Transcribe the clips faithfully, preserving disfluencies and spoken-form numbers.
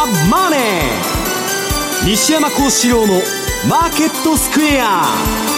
マネー。西山幸四郎のマーケットスクエア。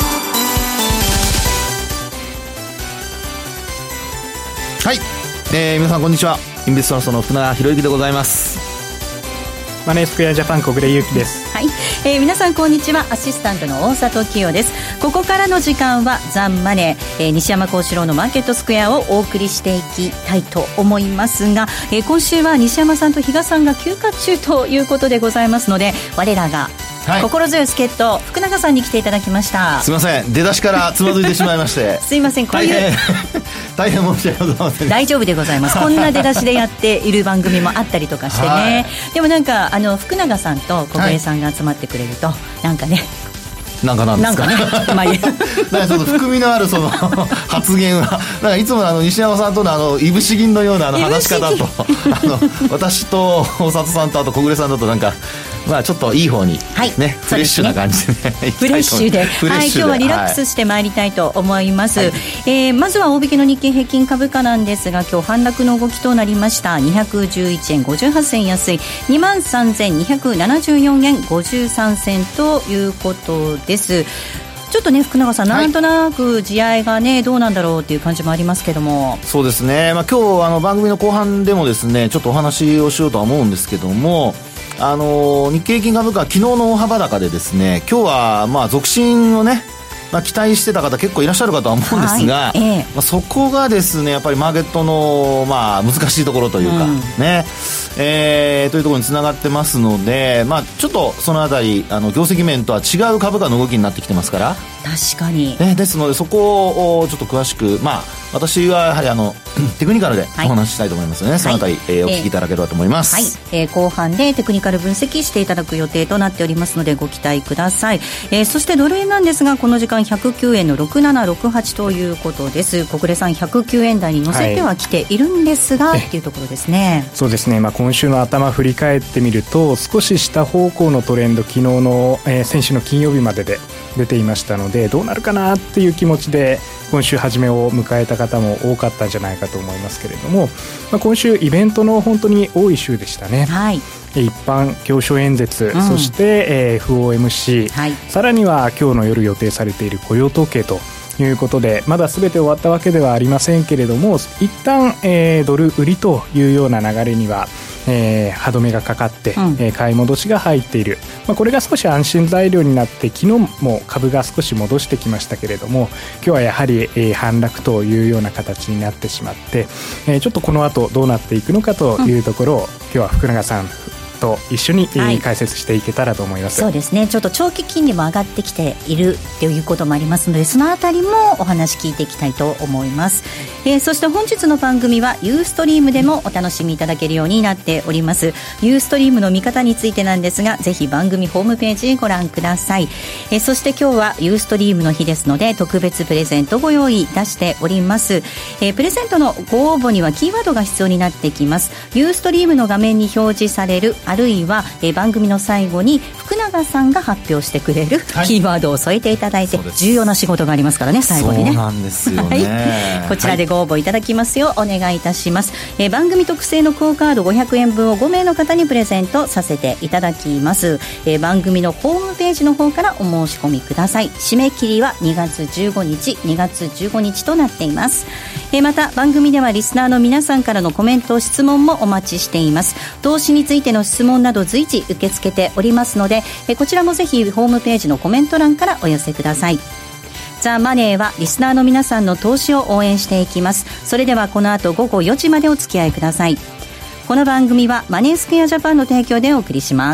はい、えー、皆さんこんにちは。インベストラストの福永博之でございます。 マネースクエアジャパン小暮優希です。 はい、えー、皆さんこんにちは。アシスタントの大里清です。ここからの時間はザンマネー、えー、西山幸四郎のマーケットスクエアをお送りしていきたいと思いますが、えー、今週は西山さんと比嘉さんが休暇中ということでございますので、我らがはい、心強い助っ人福永さんに来ていただきました。 すいません、出だしからつまずいてしまいましてすいません、こういう大変申し訳ございません。 大丈夫でございます。こんな出だしでやっている番組もあったりとかしてね、はい、でもなんかあの福永さんと小暮さんが集まってくれると、はい、なんかねなんかなんですか、 なんかね、まあ、いいなんかちょっと含みのあるその発言はなんかいつものあの西山さんとのあのいぶし銀のようなあの話し方とあの私と大里さんとあと小暮さんだとなんかまあちょっといい方に、はいね、フレッシュな感じで、ね、 フレッシュで、はい、今日はリラックスしてまいりたいと思います、はい、えー、まずは大引けの日経平均株価なんですが、今日反落の動きとなりました。にひゃくじゅういちえんごじゅうはち銭安い にまんさんぜんにひゃくななじゅうよんえんごじゅうさん銭ということです。ちょっとね福永さん、なんとなく地合いがねどうなんだろうっていう感じもありますけども。 そうですね、まあ、今日あの番組の後半でもですねちょっとお話をしようとは思うんですけども、あの日経平均株価は昨日の大幅高でですね、今日はまあ続伸をね、まあ、期待してた方結構いらっしゃるかとは思うんですが、はい、ええ、まあ、そこがですねやっぱりマーケットの、まあ、難しいところというか、うん、ね、えー、というところにつながってますので、まあ、ちょっとそのあたりあの業績面とは違う株価の動きになってきてますから、 確かに、 ね、ですのでそこをちょっと詳しく、まあ、私はやはりあのテクニカルでお話ししたいと思いますので、ね、はい、そのあたり、えー、お聞きいただければと思います、 はい、えー、後半でテクニカル分析していただく予定となっておりますのでご期待ください、えー、そしてドル円なんですがこの時間ひゃくきゅうえんのろくななろくはちということです。小暮さんひゃくきゅうえん台に乗せてはきているんですが、はい、っていうところですね。 そうですね、まあ、今週の頭振り返ってみると少し下方向のトレンド昨日の、えー、先週の金曜日までで出ていましたので、どうなるかなっていう気持ちで今週初めを迎えた方も多かったんじゃないかと思いますけれども、まあ、今週イベントの本当に多い週でしたね、はい、一般教書演説、うん、そして、えー、エフオーエムシー、はい、さらには今日の夜予定されている雇用統計ということで、まだ全て終わったわけではありませんけれども、一旦、えー、ドル売りというような流れにはえー、歯止めがかかって、うん、えー、買い戻しが入っている、まあ、これが少し安心材料になって昨日も株が少し戻してきましたけれども、今日はやはり、えー、反落というような形になってしまって、えー、ちょっとこの後どうなっていくのかというところを、うん、今日は福永さんと一緒に、はい、解説していけたらと思います。 そうですね、ちょっと長期金利も上がってきているということもありますので、そのあたりもお話聞いていきたいと思います、えー、そして本日の番組はユーストリームでもお楽しみいただけるようになっております。ユーストリームの見方についてなんですが、ぜひ番組ホームページご覧ください、えー、そして今日はユーストリームの日ですので特別プレゼントご用意出しております、えー、プレゼントのご応募にはキーワードが必要になってきます。ユーストリームの画面に表示されるあるいは、えー、番組の最後に福永さんが発表してくれるキーワードを添えていただいて、はい、重要な仕事がありますからね、最後にね。 そうなんですよね、 はい、こちらでご応募いただきますようお願いいたします、えー、番組特製のクオカードごひゃくえんぶんをごめいの方にプレゼントさせていただきます、えー、番組のホームページの方からお申し込みください。締め切りはにがつじゅうごにちにがつじゅうごにちとなっています、えー、また番組ではリスナーの皆さんからのコメント質問もお待ちしています。投資についての質問など随時受け付けておりますので、えこちらもぜひホームページのコメント欄からお寄せください。ザ・マネーはリスナーの皆さんの投資を応援していきます。それではこの後ごごよじまでお付き合いください。この番組はマネースクエアジャパンの提供でお送りします。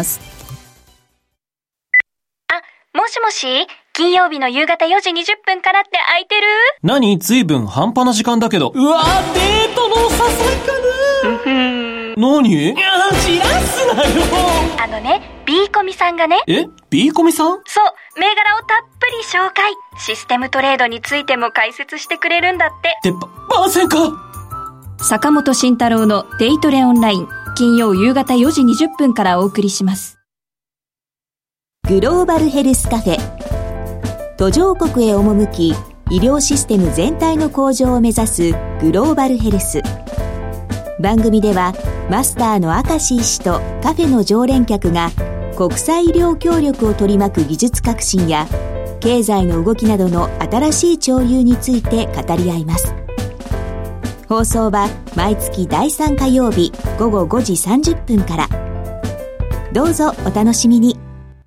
あ、もしもし、金曜日の夕方よじにじゅっぷんからって空いてる？ 何？ずいぶん半端な時間だけど。うわー、デートのお誘いかな。何？いや、じらすなよ。 あのね、B コミさんがね。 え？ B コミさん？ そう、銘柄をたっぷり紹介。システムトレードについても解説してくれるんだって。 ってば、バーセンか。 坂本慎太郎のデイトレオンライン、金曜夕方よじにじゅっぷんからお送りします。 グローバルヘルスカフェ。途上国へ赴き、医療システム全体の向上を目指すグローバルヘルス。 番組ではマスターの明石医師とカフェの常連客が国際医療協力を取り巻く技術革新や経済の動きなどの新しい潮流について語り合います。放送は毎月だいさん火曜日午後ごじさんじゅっぷんから。どうぞお楽しみに。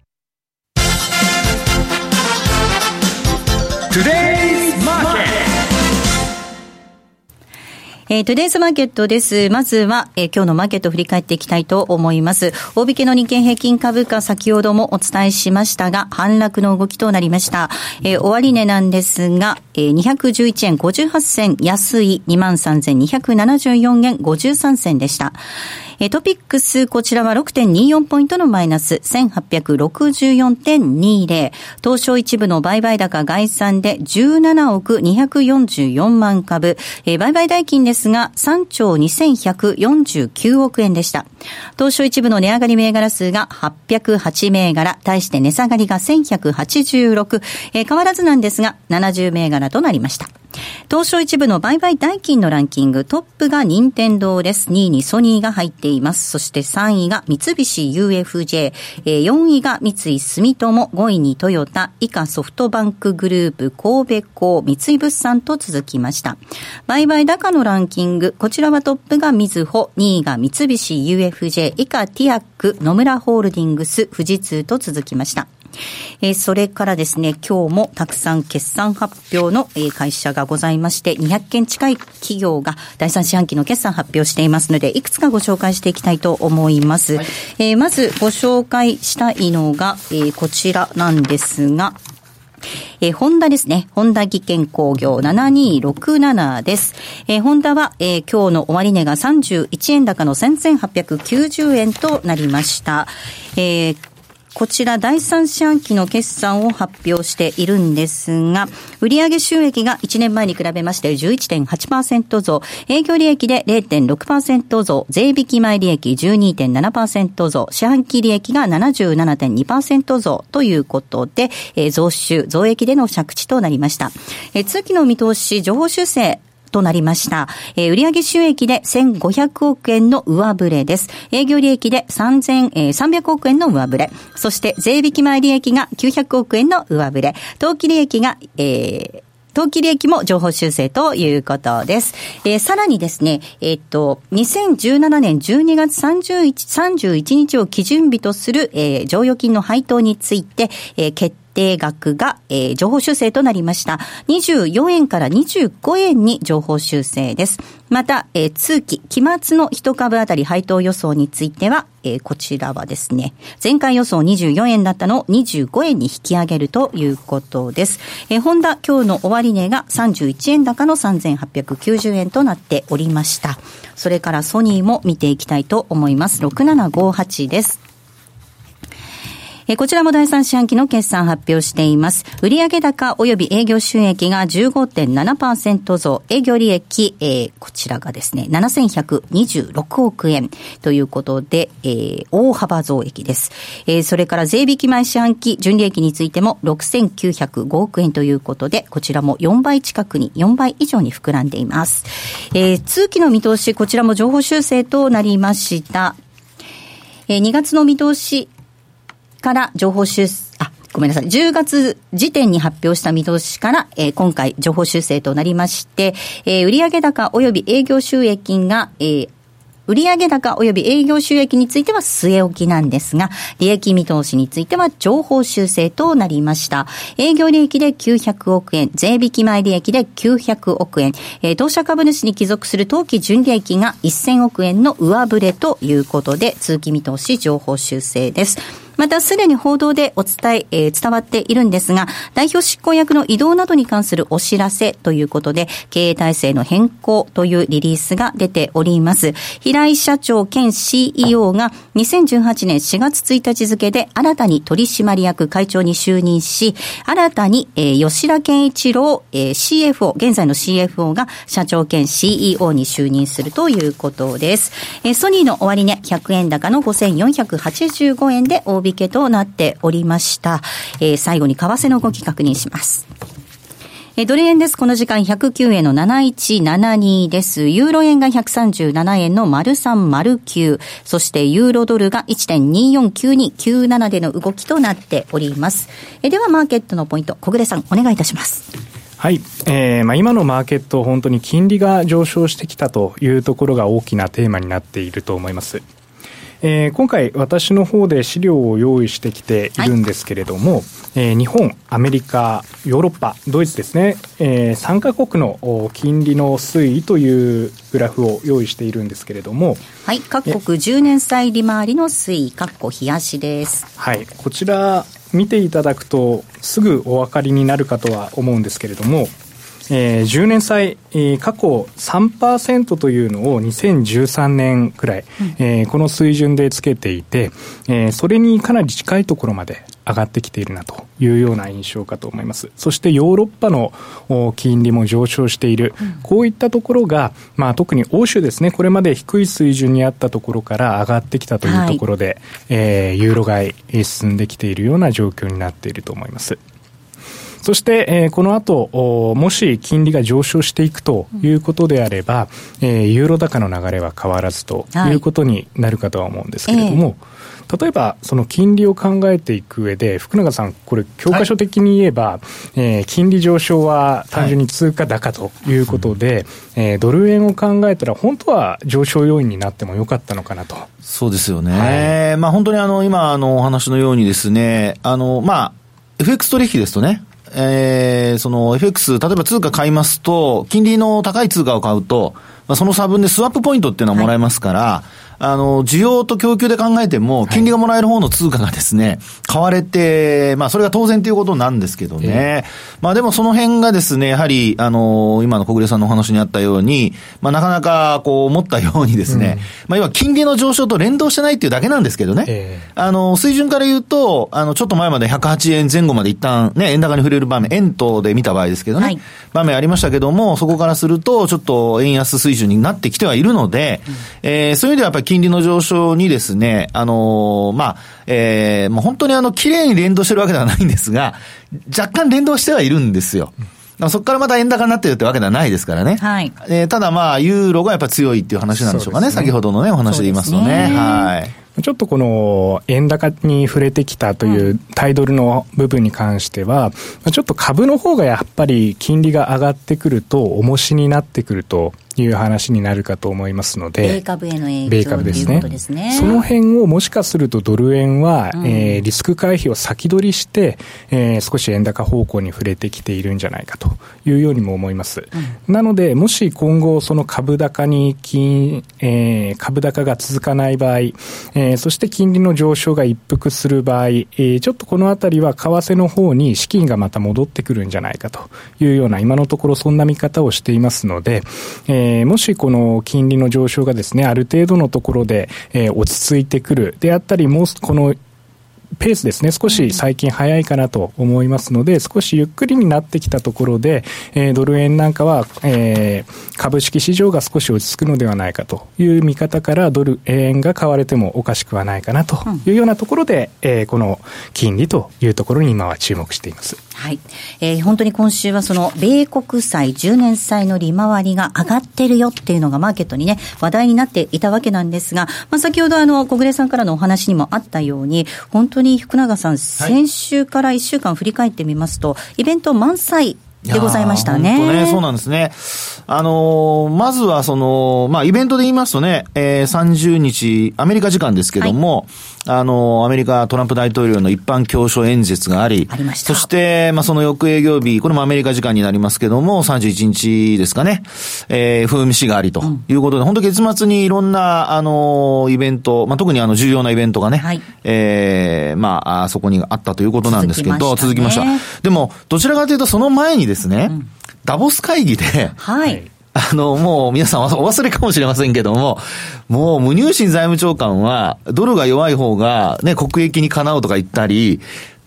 えー、トゥデイズマーケットです。まずは、えー、今日のマーケットを振り返っていきたいと思います。大引けの日経平均株価、先ほどもお伝えしましたが、反落の動きとなりました。えー、終値なんですが、えー、にひゃくじゅういちえんごじゅうはち銭安い にまんさんぜんにひゃくななじゅうよんえんごじゅうさん銭でした。トピックス、こちらは ろくてんにじゅうよん ポイントのマイナス せんはっぴゃくろくじゅうよんてんにじゅう。東証一部の売買高概算でじゅうななおくにひゃくよんじゅうよんまんかぶ。えー、売買代金ですがさんちょうにせんひゃくよんじゅうきゅうおくえんでした。東証一部の値上がり銘柄数がはっぴゃくはちめいがら、対して値下がりがせんひゃくはちじゅうろく。えー、変わらずなんですがななじゅうめいがらとなりました。東証一部の売買代金のランキング、トップが任天堂です。にいにソニーが入っています。そしてさんいが三菱 ユーエフジェー、よんいが三井住友、ごいにトヨタ、以下ソフトバンクグループ、神戸港、三井物産と続きました。売買高のランキング、こちらはトップがみずほ、にいが三菱 ユーエフジェー、以下ティアック、野村ホールディングス、富士通と続きました。えー、それからですね、今日もたくさん決算発表の、えー、会社がございまして、にひゃっけん近い企業がだいさん四半期の決算発表していますので、いくつかご紹介していきたいと思います。はい、えー、まずご紹介したいのが、えー、こちらなんですが、えー、ホンダですね。ホンダ技研工業ななにろくななです。えー、ホンダは、えー、今日の終値がさんじゅういちえん高のせんはっぴゃくきゅうじゅうえんとなりました。えーこちらだいさん四半期の決算を発表しているんですが、売上収益がいちねんまえに比べまして じゅういってんはちパーセント 増、営業利益で れいてんろくパーセント 増、税引き前利益 じゅうにてんななパーセント 増、四半期利益が ななじゅうななてんにパーセント 増ということで、えー、増収増益での着地となりました。えー、通期の見通し上方修正となりました。えー、売上収益でせんごひゃくおくえんの上振れです。営業利益でさんぜんさんびゃくおくえんの上振れ。そして税引き前利益がきゅうひゃくおくえんの上振れ。当期利益が、えー当期利益も上方修正ということです。えー、さらにですね、えっと、にせんじゅうななねんじゅうにがつさんじゅういち、さんじゅういちにちを基準日とする、えー、剰余金の配当について、えー、決定額が、えー、上方修正となりました。にじゅうよえんからにじゅうごえんに上方修正です。また、えー、通期、期末の一株当たり配当予想については、えー、こちらはですね、前回予想にじゅうよえんだったのをにじゅうごえんに引き上げるということです。えー、ホンダ、今日の終値がさんじゅういちえん高のさんぜんはっぴゃくきゅうじゅうえんとなっておりました。それからソニーも見ていきたいと思います。ろくななごはちです。こちらもだいさん四半期の決算発表しています。売上高及び営業収益が じゅうごてんななパーセント 増、営業利益、えー、こちらがですね、ななせんひゃくにじゅうろくおくえんということで、えー、大幅増益です。えー、それから税引き前四半期純利益についてもろくせんきゅうひゃくごおくえんということで、こちらもよんばい近くに、よんばい以上に膨らんでいます。えー、通期の見通し、こちらも上方修正となりました。えー、にがつの見通し、から情報修正、あ、ごめんなさい。じゅうがつ時点に発表した見通しから、えー、今回情報修正となりまして、えー、売上高及び営業収益が、えー売上高及び営業収益については据え置きなんですが、利益見通しについては上方修正となりました。営業利益できゅうひゃくおくえん、税引き前利益できゅうひゃくおくえん、えー、当社株主に帰属する当期純利益がせんおくえんの上振れということで、通期見通し上方修正です。またすでに報道でお伝え、えー、伝わっているんですが、代表執行役の異動などに関するお知らせということで、経営体制の変更というリリースが出ております。平井社長兼 シーイーオー がにせんじゅうはちねんしがつついたち付で新たに取締役会長に就任し、新たに、えー、吉田健一郎、えー、シーエフオー、現在の シーエフオー が社長兼 シーイーオー に就任するということです。えー、ソニーの終値ひゃくえん高のごせんよんひゃくはちじゅうごえんで大引けとなっておりました。えー、最後に為替の動き確認します。 えドル円です。この時間ひゃくきゅうえんのなないちななにです。ユーロ円がひゃくさんじゅうななえんのまるさんまるきゅう。そしてユーロドルが いちてんによんきゅうにきゅうなな での動きとなっております。えではマーケットのポイント、小暮さんお願いいたします。 はい、えーまあ、今のマーケット本当に金利が上昇してきたというところが大きなテーマになっていると思います。えー、今回私の方で資料を用意してきているんですけれども、はい、えー、日本、アメリカ、ヨーロッパ、ドイツですね、えー、さんカ国の金利の推移というグラフを用意しているんですけれども、 はい、各国じゅうねん債利回りの推移、かっこ冷やしです。 はい、こちら見ていただくとすぐお分かりになるかとは思うんですけれども、えー、じゅうねん債、えー、過去 さんパーセント というのをにせんじゅうさんねんくらい、うん、えー、この水準でつけていて、えー、それにかなり近いところまで上がってきているなというような印象かと思います。そしてヨーロッパの金利も上昇している、うん、こういったところが、まあ、特に欧州ですね、これまで低い水準にあったところから上がってきたというところで、はい、えー、ユーロ買い進んできているような状況になっていると思います。そして、えー、この後もし金利が上昇していくということであれば、うん、えー、ユーロ高の流れは変わらずということになるかとは思うんですけれども、はい、えー、例えばその金利を考えていく上で福永さん、これ教科書的に言えば、はい、えー、金利上昇は単純に通貨高ということで、はい、えー、ドル円を考えたら本当は上昇要因になってもよかったのかなと。 そうですよね、はい、まあ、本当にあの今のお話のようにですね、あの、まあ、エフエックス 取引ですとね、えー、その エフエックス、例えば通貨買いますと、金利の高い通貨を買うと、まあ、その差分でスワップポイントっていうのはもらえますから、はい、あの、需要と供給で考えても、金利がもらえる方の通貨がですね、買われて、まあ、それが当然ということなんですけどね。えー、まあ、でもその辺がですね、やはり、あの、今の小暮さんのお話にあったように、まあ、なかなか、こう、思ったようにですね、うん、まあ、要は金利の上昇と連動してないっていうだけなんですけどね。えー、あの、水準から言うと、あの、ちょっと前までひゃくはちえんぜん後まで一旦ね、円高に触れる場面、円とで見た場合ですけどね、はい、場面ありましたけども、そこからすると、ちょっと円安水準になってきてはいるので、うん、えー、そういう意味ではやっぱり金利の上昇にですね、あのー、まあ、えー、もう本当にあの、綺麗に連動してるわけではないんですが、若干連動してはいるんですよ。うん、そこからまた円高になってるってわけではないですからね。はい。えー、ただまあ、ユーロがやっぱ強いっていう話なんでしょうかね。先ほどのね、お話で言いますとね。ね、はい。 ちょっとこの円高に触れてきたという対ドルの部分に関しては、ちょっと株の方がやっぱり金利が上がってくると重しになってくるという話になるかと思いますので、 米株への影響米株ですね、ということですね。その辺をもしかするとドル円は、うん、えー、リスク回避を先取りして、えー、少し円高方向に触れてきているんじゃないかというようにも思います。うん、なのでもし今後その株高に金、えー、株高が続かない場合、えー、そして金利の上昇が一服する場合、えー、ちょっとこのあたりは為替の方に資金がまた戻ってくるんじゃないかというような今のところそんな見方をしていますので、えーえー、もしこの金利の上昇がですね、ある程度のところで、えー、落ち着いてくるであったり、もうこのペースですね、少し最近早いかなと思いますので、少しゆっくりになってきたところで、えー、ドル円なんかは、えー、株式市場が少し落ち着くのではないかという見方からドル円が買われてもおかしくはないかなというようなところで、うん、えー、この金利というところに今は注目しています。 はい、えー、本当に今週はその米国債じゅうねん債の利回りが上がってるよっていうのがマーケットにね話題になっていたわけなんですが、まあ、先ほどあの小暮さんからのお話にもあったように、本当に福永さん、はい、先週からいっしゅうかん振り返ってみますとイベント満載でございましたね。 本当ね、そうなんですね。あのー、まずはその、まあ、イベントで言いますとね、えー、さんじゅうにち、アメリカ時間ですけども、はい、あのー、アメリカトランプ大統領の一般教書演説があり、 ありました。 そして、まあ、その翌営業日、これもアメリカ時間になりますけども、さんじゅういちにちですかね、えー、風味詩がありということで、うん、本当月末にいろんな、あのー、イベント、まあ、特にあの、重要なイベントがね、はい、えー、まあ、そこにあったということなんですけど、続きました。でも、どちらかというと、その前にですね、うん、ダボス会議で、はい。あの、もう皆さんお忘れかもしれませんけども、もう無入信財務長官は、ドルが弱い方がね、国益にかなうとか言ったり、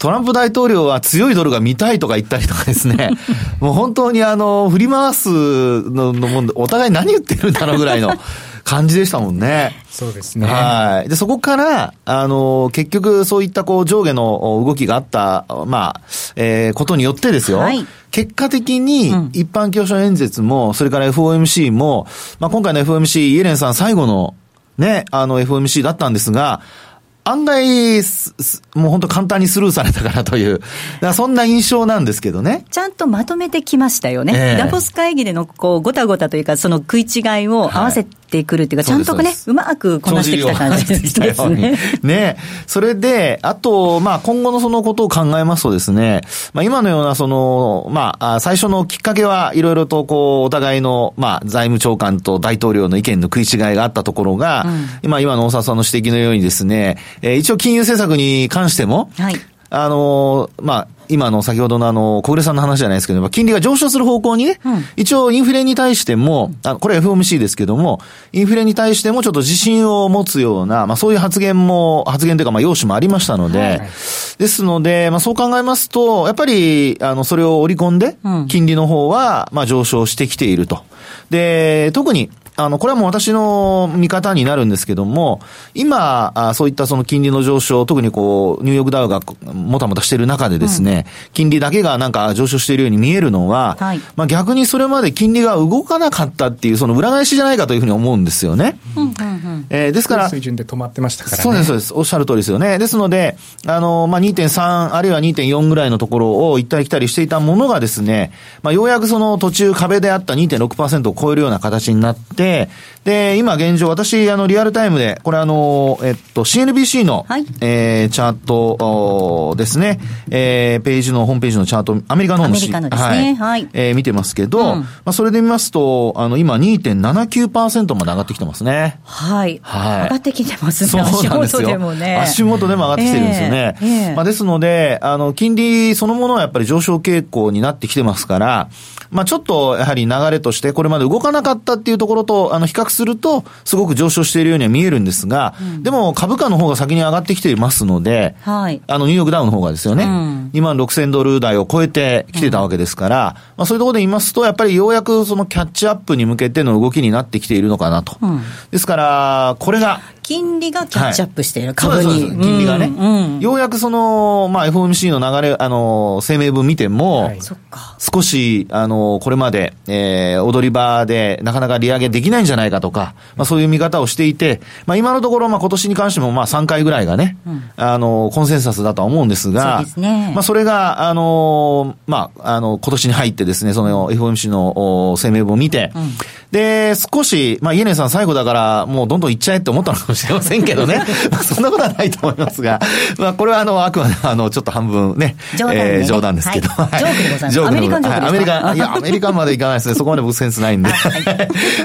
トランプ大統領は強いドルが見たいとか言ったりとかですね、もう本当にあの、振り回すののもんで、お互い何言ってるんだろうぐらいの感じでしたもんね。 そうですね。 はい。で、そこから、あの、結局そういったこう上下の動きがあった、まあ、えー、ことによってですよ。はい、結果的に一般教書演説も、うん、それから エフオーエムシー も、まあ今回の エフオーエムシー、イエレンさん最後のね、あの エフオーエムシー だったんですが、案外、もう本当簡単にスルーされたからという、だからそんな印象なんですけどね。 ちゃんとまとめてきましたよね。えー、ダボス会議でのこうごたごたというか、その食い違いを合わせてくるっていうか、はい、ちゃんとね、うまくこなしてきた感じですね。 ね。それで、あと、まあ今後のそのことを考えますとですね、まあ今のようなその、まあ最初のきっかけはいろいろとこう、お互いの、まあ財務長官と大統領の意見の食い違いがあったところが、うん、今、今の大沢さんの指摘のようにですね、えー、一応金融政策に関しても、はい、あの、まあ、今の先ほどのあの、小暮さんの話じゃないですけど、金利が上昇する方向にね、うん、一応インフレに対しても、あこれは エフオーエムシー ですけども、インフレに対してもちょっと自信を持つような、まあそういう発言も、発言というかまあ要旨もありましたので、はい、ですので、まあそう考えますと、やっぱり、あの、それを織り込んで、金利の方は、まあ上昇してきていると。で、特に、あの、これはもう私の見方になるんですけども、今、あそういったその金利の上昇、特にこう、ニューヨークダウがもたもたしている中でですね、うん、金利だけがなんか上昇しているように見えるのは、はい、まあ逆にそれまで金利が動かなかったっていう、その裏返しじゃないかというふうに思うんですよね。うんうんうん、えー、ですから、 水準で止まってましたからね。 そうです、そうです。おっしゃる通りですよね。ですので、あの、まあ にてんさん あるいは にてんよん ぐらいのところを行ったり来たりしていたものがですね、まあようやくその途中壁であった にてんろくパーセント を超えるような形になって、で、今現状、私、あの、リアルタイムで、これあの、えっと、シーエヌビーシー の、はい、えー、チャートですね、えー、ページの、ホームページのチャート、アメリカの方の、 アメリカのですね、はい、はい、 えー、見てますけど、うん、まあ、それで見ますと、あの、今 にてんななきゅうパーセント まで上がってきてますね。 はい。はい。上がってきてますね。 そうなんですよ。足元でもね。足元でも上がってきてるんですよね。えーえー、まあ、ですので、あの、金利そのものはやっぱり上昇傾向になってきてますから、まあ、ちょっと、やはり流れとして、これまで動かなかったっていうところと、あの、比較すると、すごく上昇しているようには見えるんですが、うん、でも株価の方が先に上がってきていますので、はい、あの、ニューヨークダウの方がですよね、うん、にまんろくせんドル台を超えてきてたわけですから、うん、まあ、そういうところで言いますと、やっぱりようやくそのキャッチアップに向けての動きになってきているのかなと。うん、ですから、これが、 金利がキャッチアップしている、はい、株に。 そうです、金利がね、うんうん。ようやくその、まあ エフオーエムシー の流れ、あの、声明文見ても、はい、少し、あの、これまで、えー、踊り場でなかなか利上げできないんじゃないかとか、まあそういう見方をしていて、まあ今のところ、まあ今年に関してもまあさんかいぐらいがね、うん、あの、コンセンサスだとは思うんですが、そうですね。まあそれが、あの、まあ、あの、今年に入ってですね、その エフオーエムシー の声明文を見て、うん、で、少し、まあイエレンさん最後だから、もうどんどん行っちゃえって思ったのかもしれませんけどね。まあそんなことはないと思いますが、まあこれはあの、あくまであの、ちょっと半分ね、 冗談、ねえー、 冗談ですけど。 はい、ジョークでございます。アメリカンジョークですか、はい、アメリカン、 いや、アメリカンまでいかないですね。そこまで僕センスないんで。はい、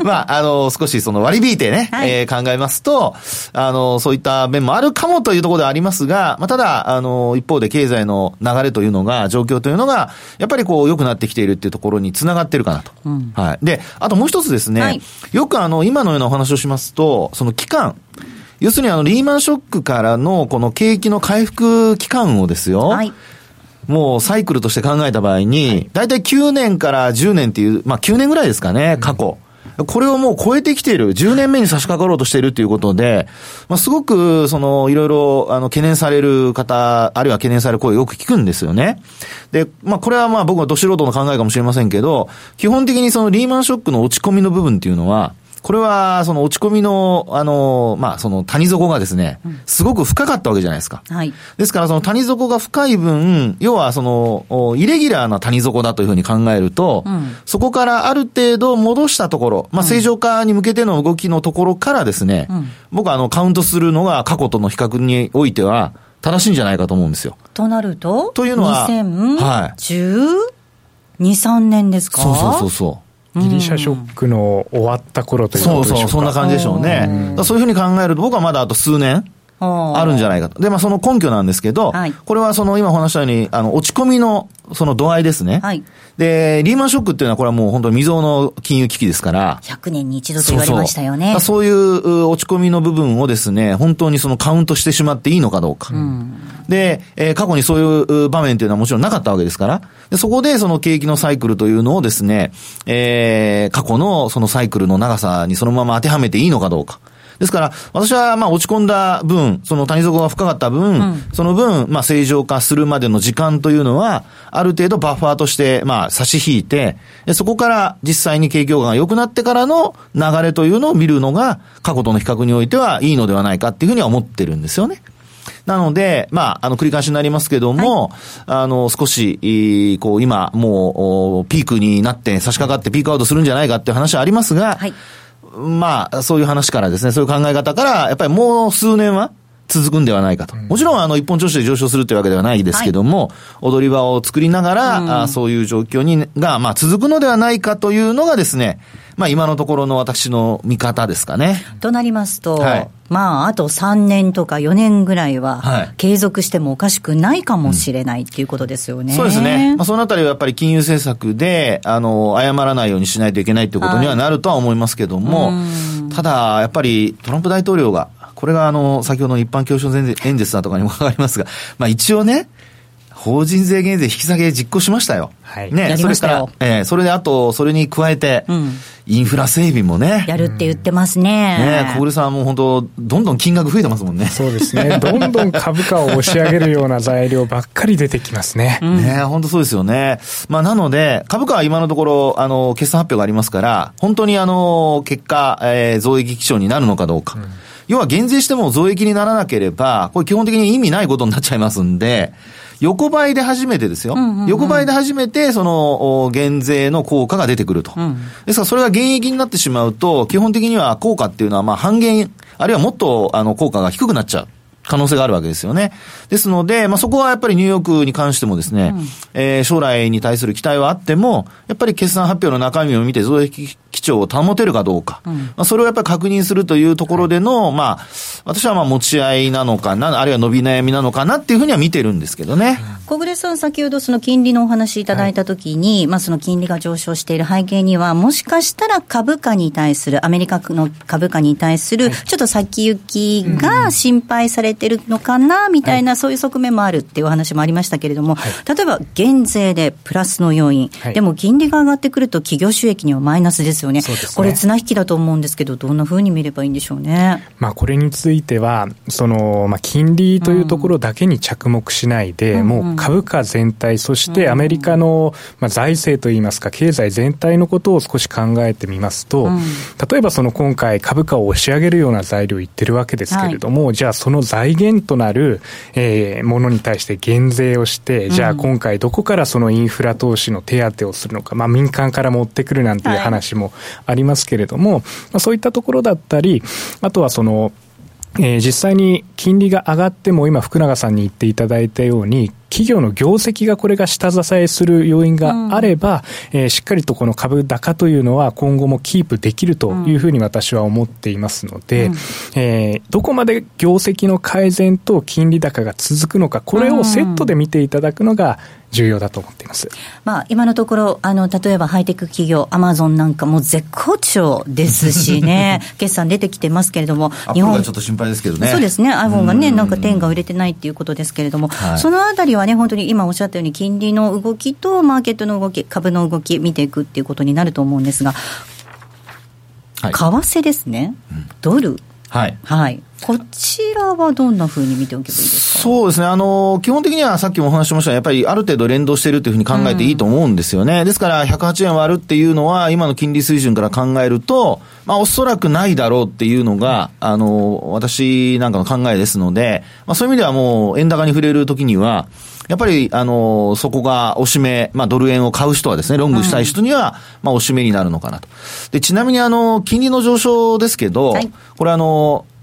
まあ、あの、少しその割り引いてね、はい、えー、考えますと、あの、そういった面もあるかもというところではありますが、まあ、ただ、あの、一方で経済の流れというのが、状況というのが、やっぱりこう、良くなってきているっていうところに繋がってるかなと。うん、はい。で、あともう一つですね、はい、よくあの、今のようなお話をしますと、その期間、要するにあの、リーマンショックからのこの景気の回復期間をですよ、はい、もうサイクルとして考えた場合に、だいたいきゅうねんからじゅうねんっていう、まあきゅうねんぐらいですかね、過去。これをもう超えてきている、じゅうねんめに差し掛かろうとしているということで、まあすごく、その、いろいろ、あの、懸念される方、あるいは懸念される声をよく聞くんですよね。で、まあこれはまあ僕はど素人の考えかもしれませんけど、基本的にそのリーマンショックの落ち込みの部分っていうのは、これは、その落ち込みの、あの、まあ、その谷底がですね、すごく深かったわけじゃないですか。はい。ですから、その谷底が深い分、要は、その、イレギュラーな谷底だというふうに考えると、うん、そこからある程度戻したところ、まあ、正常化に向けての動きのところからですね、うん、僕は、あの、カウントするのが過去との比較においては、正しいんじゃないかと思うんですよ。 となるとというのは、 にせんじゅうに、さんねんですか？ そうそうそうそう。 ギリシャショックの終わった頃ということでしょうか。 そうそう、そんな感じでしょうね。うそういうふうに考えると、僕はまだあと数年、 あるんじゃないかと。で、まあその根拠なんですけど、はい、これはその今お話したように、あの、落ち込みのその度合いですね。はい。で、リーマンショックっていうのはこれはもう本当に未曾有の金融危機ですから。 ひゃくねんに一度と言われましたよね。 そうそう。そういう落ち込みの部分をですね、本当にそのカウントしてしまっていいのかどうか。うん、で、えー、過去にそういう場面っていうのはもちろんなかったわけですから。で、そこでその景気のサイクルというのをですね、えー、過去のそのサイクルの長さにそのまま当てはめていいのかどうか。ですから、私は、まあ、落ち込んだ分、その谷底が深かった分、うん、その分、まあ、正常化するまでの時間というのは、ある程度バッファーとして、まあ、差し引いて、そこから実際に景況が良くなってからの流れというのを見るのが、過去との比較においてはいいのではないかっていうふうには思ってるんですよね。なので、まあ、あの、繰り返しになりますけども、はい、あの、少し、こう、今、もう、ピークになって差し掛かってピークアウトするんじゃないかっていう話はありますが、はい、まあ、そういう話からですね、そういう考え方から、やっぱりもう数年は続くんではないかと。もちろん、あの、一本調子で上昇するというわけではないですけども、はい、踊り場を作りながら、うん、あそういう状況に、が、まあ、続くのではないかというのがですね、まあ、今のところの私の見方ですかね。 となりますと、はい、まあ、あとさんねんとかよねんぐらいは、継続してもおかしくないかもしれないっていうことですよね。 うん、そうですね。まあ、そのあたりはやっぱり金融政策で、あの、誤らないようにしないといけないということにはなるとは思いますけども、はい、ただ、やっぱりトランプ大統領が、これがあの、先ほどの一般教書演説だとかにも関わりますが、まあ一応ね、法人税減税引き下げ実行しましたよ。 はい。ね、それから、 えー、それであと、それに加えて、うん、インフラ整備もね。 やるって言ってますね。 ね、小暮さんも本当、どんどん金額増えてますもんね。 そうですね。どんどん株価を押し上げるような材料ばっかり出てきますね。 うん、ね、本当そうですよね。まあ、なので、株価は今のところ、あの、決算発表がありますから、本当にあの、結果、えー、増益基調になるのかどうか。うん、要は減税しても増益にならなければ、これ基本的に意味ないことになっちゃいますんで、横ばいで初めてですよ。うんうんうん、横ばいで初めて、その、減税の効果が出てくると。うん、ですから、それが減益になってしまうと、基本的には効果っていうのは、まあ、半減、あるいはもっと、あの、効果が低くなっちゃう可能性があるわけですよね。ですので、まあ、そこはやっぱりニューヨークに関してもですね、うん、えー、将来に対する期待はあっても、やっぱり決算発表の中身を見て増益基調を保てるかどうか、うん、まあ、それをやっぱり確認するというところでの、まあ、私はまあ持ち合いなのかな、あるいは伸び悩みなのかなっていうふうには見てるんですけどね。 小暮さん、先ほどその金利のお話いただいたときに、はい、まあその金利が上昇している背景には、もしかしたら株価に対する、アメリカの株価に対する、ちょっと先行きが心配されてるのかな、みたいな、はい、そういう側面もあるっていうお話もありましたけれども、はい、例えば減税でプラスの要因、はい、でも金利が上がってくると企業収益にはマイナスですよね。そうですね。これ綱引きだと思うんですけど、どんなふうに見ればいいんでしょうね。 まあこれについては、その、まあ金利というところだけに着目しないで、うん、もう株価全体、そしてアメリカの、まあ、財政といいますか、経済全体のことを少し考えてみますと、うん、例えばその今回株価を押し上げるような材料を言ってるわけですけれども、はい、じゃあその財源となる、えー、ものに対して減税をして、じゃあ今回どこからそのインフラ投資の手当をするのか、まあ民間から持ってくるなんていう話もありますけれども、はい、まあ、そういったところだったり、あとはその、えー、実際に金利が上がっても今福永さんに言っていただいたように企業の業績がこれが下支えする要因があれば、うん、えー、しっかりとこの株高というのは今後もキープできるというふうに私は思っていますので、うん、えー、どこまで業績の改善と金利高が続くのか、これをセットで見ていただくのが重要だと思っています。 まあ、今のところあの例えばハイテク企業アマゾンなんかも絶好調ですしね決算出てきてますけれども、 日本アップルがちょっと心配ですけどね。 そうですね、 iPhone がねなんかテンが売れてないっていうことですけれども、はい、そのあたりはね本当に今おっしゃったように金利の動きとマーケットの動き、株の動き見ていくっていうことになると思うんですが、はい、為替ですね、うん、ドル、 はい、 はい、こちらはどんなふうに見ておけばいいですか。 そうですね、あの基本的にはさっきもお話ししましたが、やっぱりある程度連動しているというふうに考えていいと思うんですよね、うん、ですからひゃくはちえん割るっていうのは今の金利水準から考えると、まあ、おそらくないだろうっていうのが、あの私なんかの考えですので、まあ、そういう意味ではもう円高に触れるときにはやっぱり、あの、そこが押し目、まあ、ドル円を買う人はですね、ロングしたい人には、うん、まあ、押し目になるのかなと。で、ちなみに、あの、金利の上昇ですけど、はい、これあの、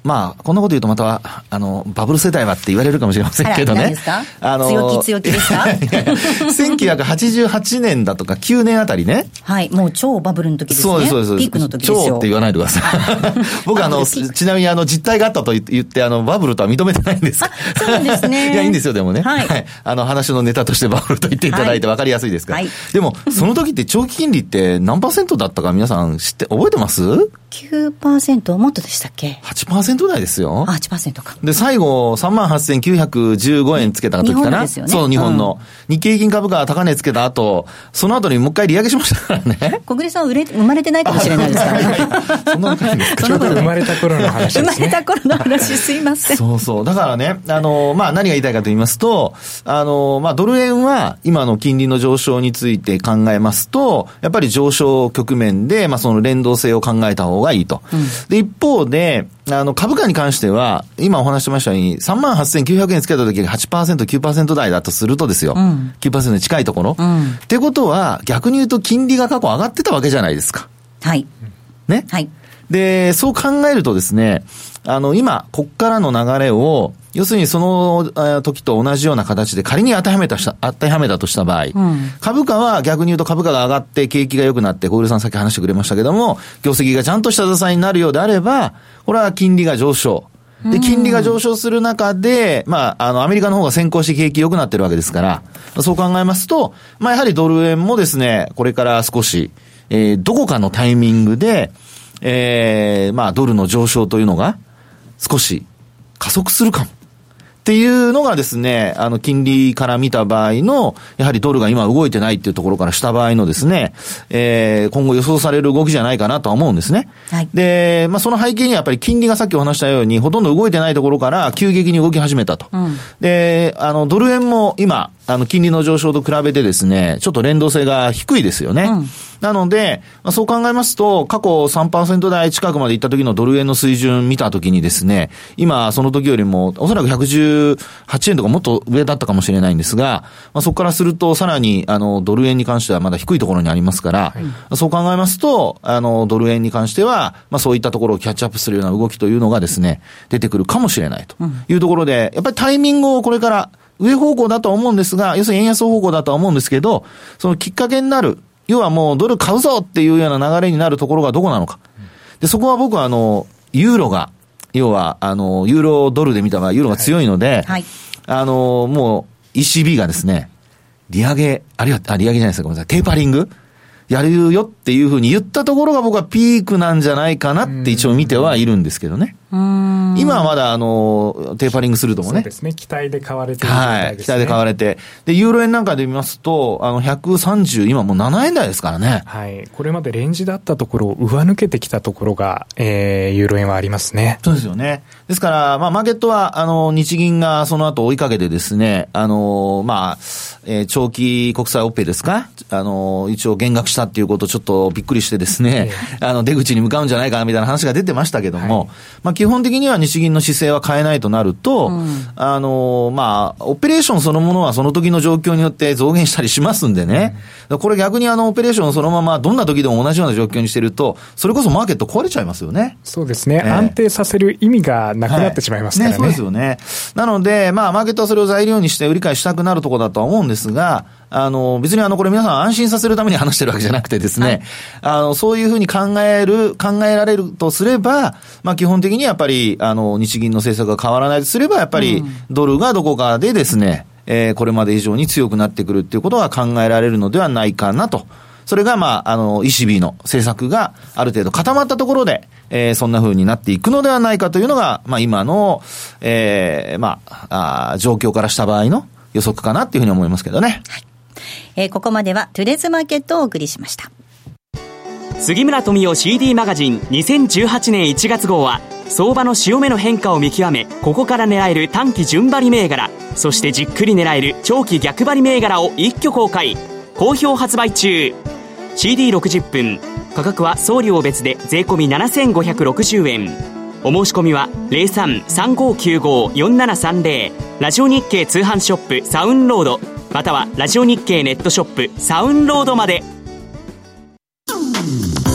まあ、こんなこと言うとまた、あの、バブル世代はって言われるかもしれませんけどね。 何ですか？ あの、 強気強気ですか？ せんきゅうひゃくはちじゅうはちねんだとかきゅうねんあたりね。 はい。もう超バブルの時ですね。 そうです、そうです。 ピークの時ですよ。 超って言わないでください。僕あの、ちなみにあの、実態があったと言って、あの、バブルとは認めてないんです。 あ、そうなんですね。 いや、いいんですよ、でもね。 はい。 はい。あの、話のネタとしてバブルと言っていただいて分かりやすいですから。はい。でも、その時って長期金利って何パーセントだったか皆さん知って、覚えてます？ きゅうパーセント もっとでしたっけ？ はちパーセント 台ですよ。 あ、はちパーセント か。 で、最後、さんまんはっせんきゅうひゃくじゅうごえんつけた時かな。日本ですよね。そう、日本の。うん、日経平均株価が高値つけた後、その後にもう一回利上げしましたからね。 小暮さんは売れ、生まれてないかもしれないですからね。 そんなことないですか？ ちょうど生まれた頃の話ですね。 生まれた頃の話、すいません。 そうそう。だからね、あの、まあ、何が言いたいかと言いますと、あの、まあ、ドル円は今の金利の上昇について考えますと、やっぱり上昇局面で、まあ、その連動性を考えた方がいいと。うん、で、一方で、あの、株価に関しては、今お話しましたように、さんまんはっせんきゅうひゃくえんつけた時が はちパーセント、きゅうパーセント 台だとするとですよ。うん、きゅうパーセント に近いところ。うん、ってことは、逆に言うと金利が過去上がってたわけじゃないですか。 はい。 ね。 はい。で、 そう考えるとですね、あの、今、こっからの流れを、要するにその時と同じような形で仮に当てはめたした、当てはめたとした場合、うん、株価は逆に言うと株価が上がって景気が良くなって、小暮さんさっき話してくれましたけども、業績がちゃんとした支えになるようであれば、これは金利が上昇。で、金利が上昇する中で、まあ、あの、アメリカの方が先行して景気良くなってるわけですから、そう考えますと、まあ、やはりドル円もですね、これから少し、えー、どこかのタイミングで、えー、まあ、ドルの上昇というのが、少し加速するかも。っていうのがですね、あの、金利から見た場合の、やはりドルが今動いてないっていうところからした場合のですね、えー、今後予想される動きじゃないかなとは思うんですね。はい。で、まあ、その背景にはやっぱり金利がさっきお話したように、ほとんど動いてないところから急激に動き始めたと。うん、で、あの、ドル円も今、あの、金利の上昇と比べてですね、ちょっと連動性が低いですよね。うん、なので、まあ、そう考えますと、過去 さんパーセント 台近くまで行った時のドル円の水準見た時にですね、今、その時よりも、おそらくひゃくじゅうはちえんとかもっと上だったかもしれないんですが、まあ、そこからすると、さらに、あの、ドル円に関してはまだ低いところにありますから、はい、そう考えますと、あの、ドル円に関しては、まあ、そういったところをキャッチアップするような動きというのがですね、出てくるかもしれないというところで、やっぱりタイミングをこれから、上方向だと思うんですが、要するに円安方向だとは思うんですけど、そのきっかけになる、要はもうドル買うぞっていうような流れになるところがどこなのか。で、そこは僕はあの、ユーロが、要はあの、ユーロドルで見た場合、ユーロが強いので、はい、あの、もう イーシービー がですね、利上げ、あるいは、あ、利上げじゃないですか、ごめんなさい、テーパリングやるよっていうふうに言ったところが僕はピークなんじゃないかなって一応見てはいるんですけどね。うーん、今はまだあのテーパリングするともね。 そうですね。期待で買われてる状態ですね。はい。 期待で買われて。で、ユーロ円なんかで見ますと、あのひゃくさんじゅう、今もうななえん台ですからね。 はい。これまでレンジだったところを上抜けてきたところが、えー、ユーロ円はありますね。 そうですよね。ですから、まあ、マーケットは、あの、日銀がその後追いかけてですね、あの、まあ、えー、長期国債オペですか、あの、一応減額したっていうことをちょっとびっくりしてですね、えー、あの、出口に向かうんじゃないかなみたいな話が出てましたけども、はい、まあ、基本的には日銀の姿勢は変えないとなると、うん、あの、まあ、オペレーションそのものはその時の状況によって増減したりしますんでね、うん、これ逆にあの、オペレーションそのままどんな時でも同じような状況にしてると、それこそマーケット壊れちゃいますよね。 そうですね。えー、安定させる意味がなくなってしまいますからね。 はい、ね、そうですよね。なので、まあ、マーケットはそれを材料にして売り買いしたくなるところだとは思うんですが、あの、別にあの、これ皆さん安心させるために話してるわけじゃなくてですね、はい、あの、そういうふうに考える、考えられるとすれば、まあ、基本的にやっぱり、あの、日銀の政策が変わらないとすれば、やっぱり、ドルがどこかでですね、うん、えー、これまで以上に強くなってくるっていうことが考えられるのではないかなと。それが、まあ、あの、イーシービー の政策がある程度固まったところで、えー、そんな風になっていくのではないかというのが、まあ、今の、えー、まあ、あ、状況からした場合の予測かなっていうふうに思いますけどね。はい。 えー、ここまではトゥデイズマーケットをお送りしました。 杉村富夫 シーディー マガジンにせんじゅうはちねんいちがつ号は、相場の潮目の変化を見極め、ここから狙える短期順張り銘柄、そしてじっくり狙える長期逆張り銘柄を一挙公開。好評発売中。 シーディーろくじゅっぷん、価格は送料別で税込みななせんごひゃくろくじゅうえん。お申し込みは ゼロさん さんごきゅうご よんななさんゼロ ラジオ日経通販ショップサウンロード、またはラジオ日経ネットショップサウンロードまで。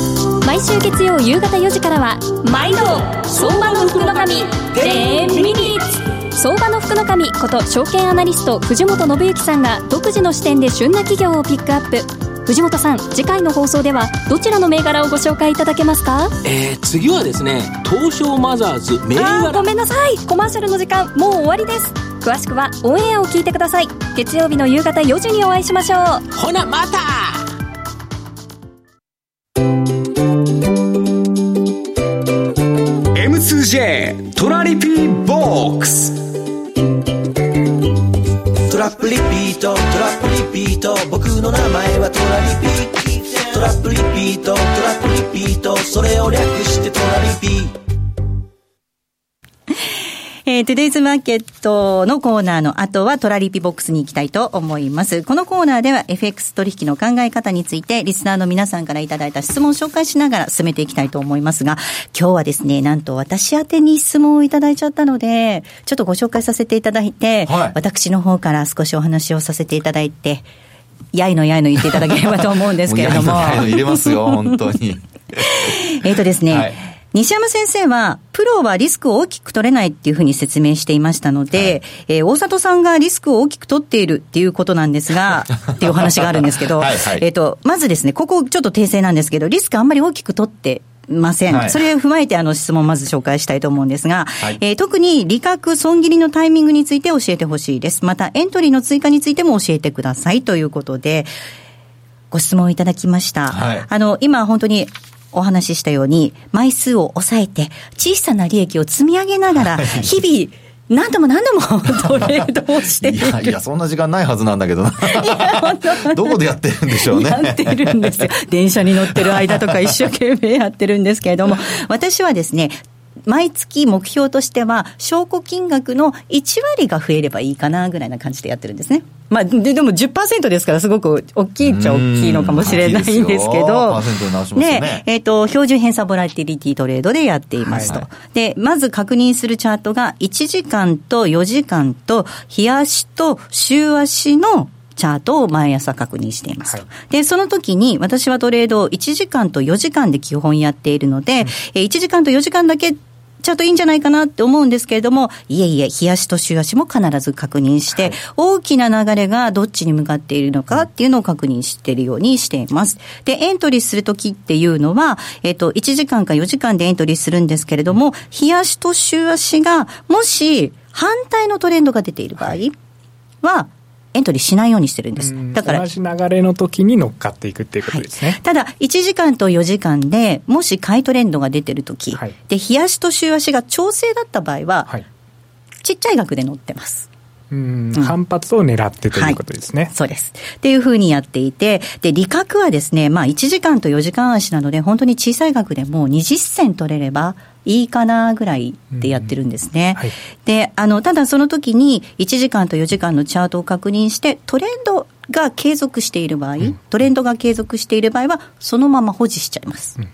毎週月曜夕方よじからは毎度相場の福の神じゅうミニッツ、相場の福の神こと証券アナリスト藤本信之さんが独自の視点で旬な企業をピックアップ。藤本さん、次回の放送ではどちらの銘柄をご紹介いただけますか？ えー、次はですね、東証マザーズ銘柄。 あー、ごめんなさい、コマーシャルの時間もう終わりです。詳しくはオンエアを聞いてください。月曜日の夕方よじにお会いしましょう。 ほなまた。 エムツージェー トラリピーボックス。 トラップリピート、トラップリピート、僕の名前はトラリピ。トラップリピート、トラップリピート、それを略してトラリピ。 えー、トゥデイズマーケットのコーナーの後はトラリピボックスに行きたいと思います。このコーナーでは エフエックス 取引の考え方についてリスナーの皆さんからいただいた質問を紹介しながら進めていきたいと思いますが、今日はですね、なんと私宛てに質問をいただいちゃったので、ちょっとご紹介させていただいて、はい、私の方から少しお話をさせていただいて、やいのやいの言っていただければと思うんですけれども。 もうやいのやいの入れますよ、本当に。 えっとですね、はい、西山先生はプロはリスクを大きく取れないっていうふうに説明していましたので、はい、えー、大里さんがリスクを大きく取っているっていうことなんですがっていうお話があるんですけど、はい、はい、えっとまずですね、ここちょっと訂正なんですけど、リスクあんまり大きく取ってません、はい、それを踏まえてあの質問をまず紹介したいと思うんですが、はい、えー、特に利確損切りのタイミングについて教えてほしいです。またエントリーの追加についても教えてくださいということでご質問いただきました、はい、あの今本当にお話ししたように枚数を抑えて小さな利益を積み上げながら日々何度も何度もトレードをしている。いやいや、そんな時間ないはずなんだけどな。どこでやってるんでしょうね。 やってるんですよ。電車に乗ってる間とか一生懸命やってるんですけれども、私はですね、毎月目標としては証拠金額のいち割が増えればいいかなぐらいな感じでやってるんですね。まあ、で, でも じゅっパーセント ですからすごく大きいっちゃ大きいのかもしれないんですけど、ね、えっと、標準偏差ボラティリティトレードでやっていますと。はいはい、で、まず確認するチャートがいちじかんとよじかんと日足と週足のチャートを毎朝確認していますと、はい、でその時に私はトレードをいちじかんとよじかんで基本やっているので、うん、いちじかんとよじかんだけチャートいいんじゃないかなって思うんですけれども、いえいえ、日足と週足も必ず確認して、はい、大きな流れがどっちに向かっているのかっていうのを確認しているようにしています。で、エントリーするときっていうのは、えっと、いちじかんかよじかんでエントリーするんですけれども、日足と週足がもし反対のトレンドが出ている場合は、はい、エントリーしないようにしてるんです。だから同じ流れの時に乗っかっていくっていうことですね。 はい、ただいちじかんとよじかんでもし買いトレンドが出てる時、はい、で日足と週足が調整だった場合は、はい、ちっちゃい額で乗ってます。 うん、うん、反発を狙ってということですね。 はい、そうです。っていうふうにやっていて、で利確はですね、まあいちじかんとよじかん足なので本当に小さい額でもにじゅっ銭取れればいいかなぐらいでやってるんですね。うん、はい、で、あのただその時にいちじかんとよじかんのチャートを確認してトレンドが継続している場合、うん、トレンドが継続している場合はそのまま保持しちゃいます。うん、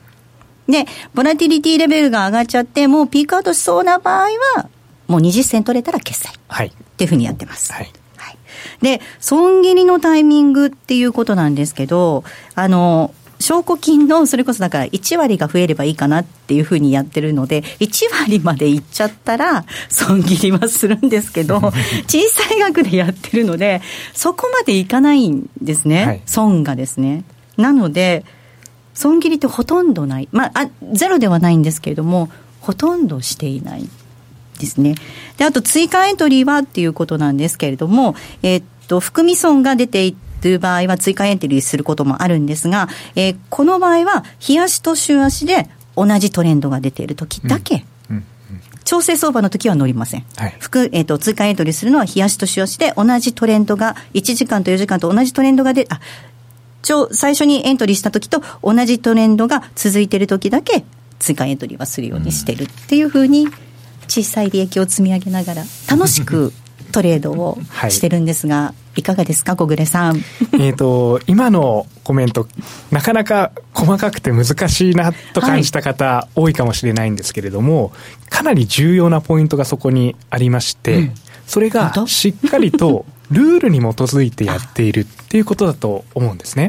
で、ボラティリティレベルが上がっちゃってもうピークアウトしそうな場合はもうにじゅっ銭取れたら決済。はい。っていうふうにやってます。はい。はい。で、損切りのタイミングっていうことなんですけど、あの、証拠金のそれこそだからいち割が増えればいいかなっていうふうにやってるので、いち割までいっちゃったら損切りはするんですけど、小さい額でやってるので、そこまでいかないんですね。はい、損がですね。なので、損切りってほとんどない。まあ、あ、ゼロではないんですけれども、ほとんどしていない。ですね。で、あと追加エントリーはっていうことなんですけれども、えー、っと含み損が出ている場合は追加エントリーすることもあるんですが、えー、この場合は日足と週足で同じトレンドが出ている時だけ、うんうんうん、調整相場の時は乗りません。はい、含えー、っと追加エントリーするのは日足と週足で同じトレンドがいちじかんとよじかんと同じトレンドが出あ最初にエントリーした時と同じトレンドが続いている時だけ追加エントリーはするようにしているっていうふうに、小さい利益を積み上げながら楽しくトレードをしてるんですが、はい、いかがですか小暮さん。 えーと今のコメントなかなか細かくて難しいなと感じた方、はい、多いかもしれないんですけれども、かなり重要なポイントがそこにありまして、うん、それがしっかりとルールに基づいてやっているっていうことだと思うんですね。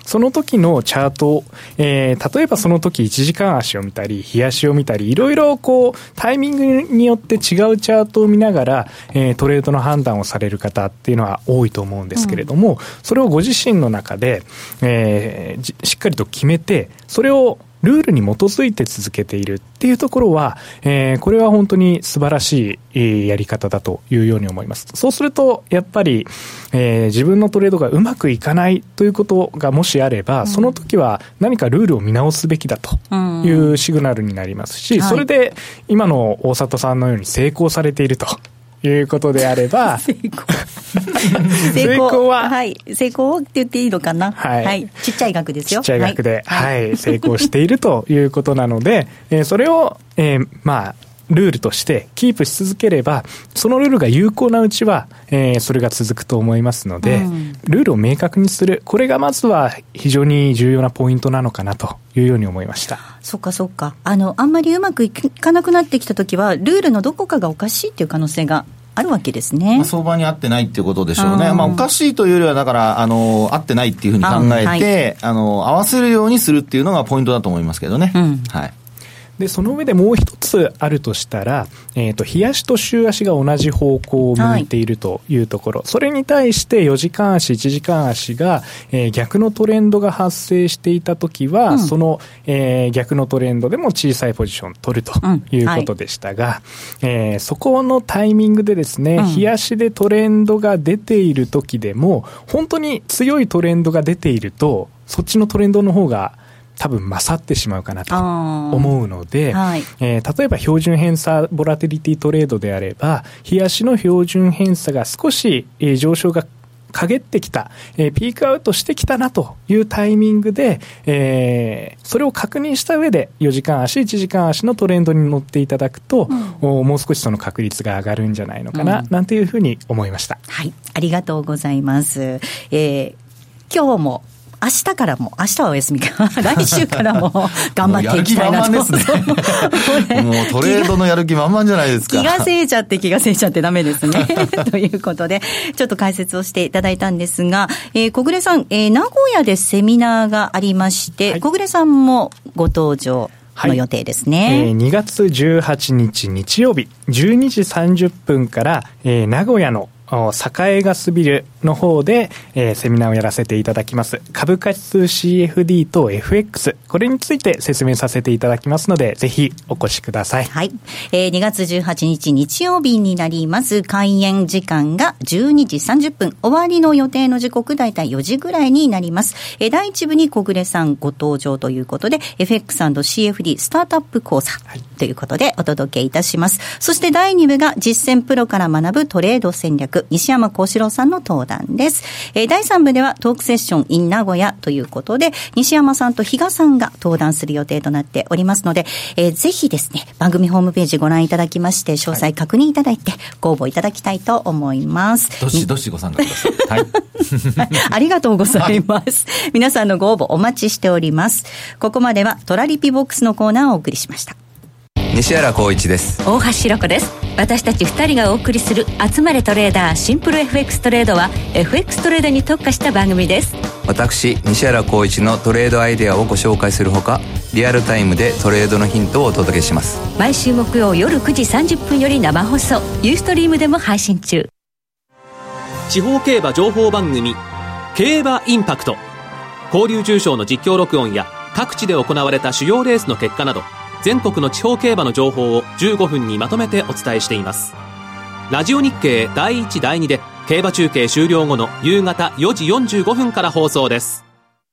その時のチャート、えー、例えばその時いちじかん足を見たり日足を見たりいろいろこうタイミングによって違うチャートを見ながら、えー、トレードの判断をされる方っていうのは多いと思うんですけれども、うん、それをご自身の中で、えー、しっかりと決めてそれをルールに基づいて続けているっていうところは、えー、これは本当に素晴らしい、えー、やり方だというように思います。そうするとやっぱり、えー、自分のトレードがうまくいかないということがもしあれば、うん、その時は何かルールを見直すべきだというシグナルになりますし、うん、それで今の大里さんのように成功されているということであれば成功成功は、はい、成功って言っていいのかな、はいはい、ちっちゃい額ですよ、 ちっちゃい額で、はいはい、成功しているということなので、えー、それを、えー、まあルールとしてキープし続ければそのルールが有効なうちは、えー、それが続くと思いますので、うん、ルールを明確にする、これがまずは非常に重要なポイントなのかなというように思いました。 そっかそっか、あのあんまりうまくいかなくなってきたときはルールのどこかがおかしいっていう可能性があるわけですね。 まあ、相場に合ってないっていうことでしょうね。まあ、おかしいというよりはだからあの合ってないっていうふうに考えてあ、はい、あの合わせるようにするっていうのがポイントだと思いますけどね、うん、はい。 でその上でもう一つあるとしたら、えーと、日足と週足が同じ方向を向いているというところ、はい、それに対してよじかん足いちじかん足が、えー、逆のトレンドが発生していたときは、うん、その、えー、逆のトレンドでも小さいポジションを取るということでしたが、うんはいえー、そこのタイミングでですね、うん、日足でトレンドが出ているときでも本当に強いトレンドが出ているとそっちのトレンドの方が多分勝ってしまうかなと思うので、はいえー、例えば標準偏差ボラティリティトレードであれば日足の標準偏差が少し、えー、上昇が陰ってきた、えー、ピークアウトしてきたなというタイミングで、えー、それを確認した上でよじかん足いちじかん足のトレンドに乗っていただくと、うん、もう少しその確率が上がるんじゃないのかな、うん、なんていうふうに思いました。 はい、ありがとうございます。えー、今日も明日からも、明日はお休みか来週からも頑張っていきたいなと。 もうやる気満々ですねもうトレードのやる気満々じゃないですか。 気がせいちゃって気がせいちゃってダメですねということでちょっと解説をしていただいたんですが、えー、小暮さん、えー、名古屋でセミナーがありまして、はい、小暮さんもご登場の予定ですね、はいえー、にがつじゅうはちにち日曜日じゅうにじさんじゅっぷんから、えー、名古屋の栄ガスビルの方で、えー、セミナーをやらせていただきます。株価指数 シーエフディー と エフエックス これについて説明させていただきますのでぜひお越しください。 はい、えー、にがつじゅうはちにち日曜日になります。開演時間がじゅうにじさんじゅっぷん、終わりの予定の時刻だいたいよじぐらいになります。えー、だいいち部に小暮さんご登場ということで エフエックス&シーエフディー スタートアップ講座ということでお届けいたします。そしてだいに部が実践プロから学ぶトレード戦略、西山幸四郎さんの登壇です。えー、だいさん部ではトークセッション in 名古屋ということで西山さんと比嘉さんが登壇する予定となっておりますので、えー、ぜひですね番組ホームページご覧いただきまして詳細確認いただいてご応募いただきたいと思います。 どしどしご参加ください、はい、 ありがとうございます、はい、皆さんのご応募お待ちしております。ここまではトラリピボックスのコーナーをお送りしました。 西原光一です。 大橋ひろ子です。私たちふたりがお送りする集まれトレーダーシンプル エフエックス トレードは エフエックス トレードに特化した番組です。 私西原光一のトレードアイデアをご紹介するほかリアルタイムでトレードのヒントをお届けします。 毎週木曜夜くじさんじゅっぷんより生放送、ユーストリームでも配信中。 地方競馬情報番組競馬インパクト、交流重賞の実況録音や各地で行われた主要レースの結果など全国の地方競馬の情報をじゅうごふんにまとめてお伝えしています。ラジオ日経だいいちだいにで競馬中継終了後の夕方よじよんじゅうごふんから放送です。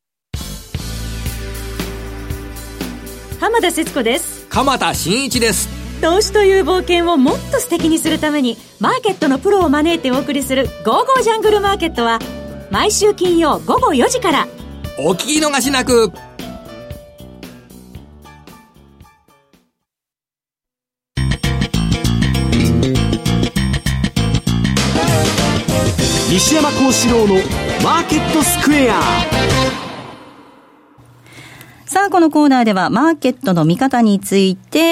浜田節子です。 鎌田新一です。 投資という冒険をもっと素敵にするためにマーケットのプロを招いてお送りするゴーゴージャングルマーケットは毎週金曜ごごよじからお聞き逃しなく。 西山幸四郎のマーケットスクエア。 さあこのコーナーではマーケットの見方について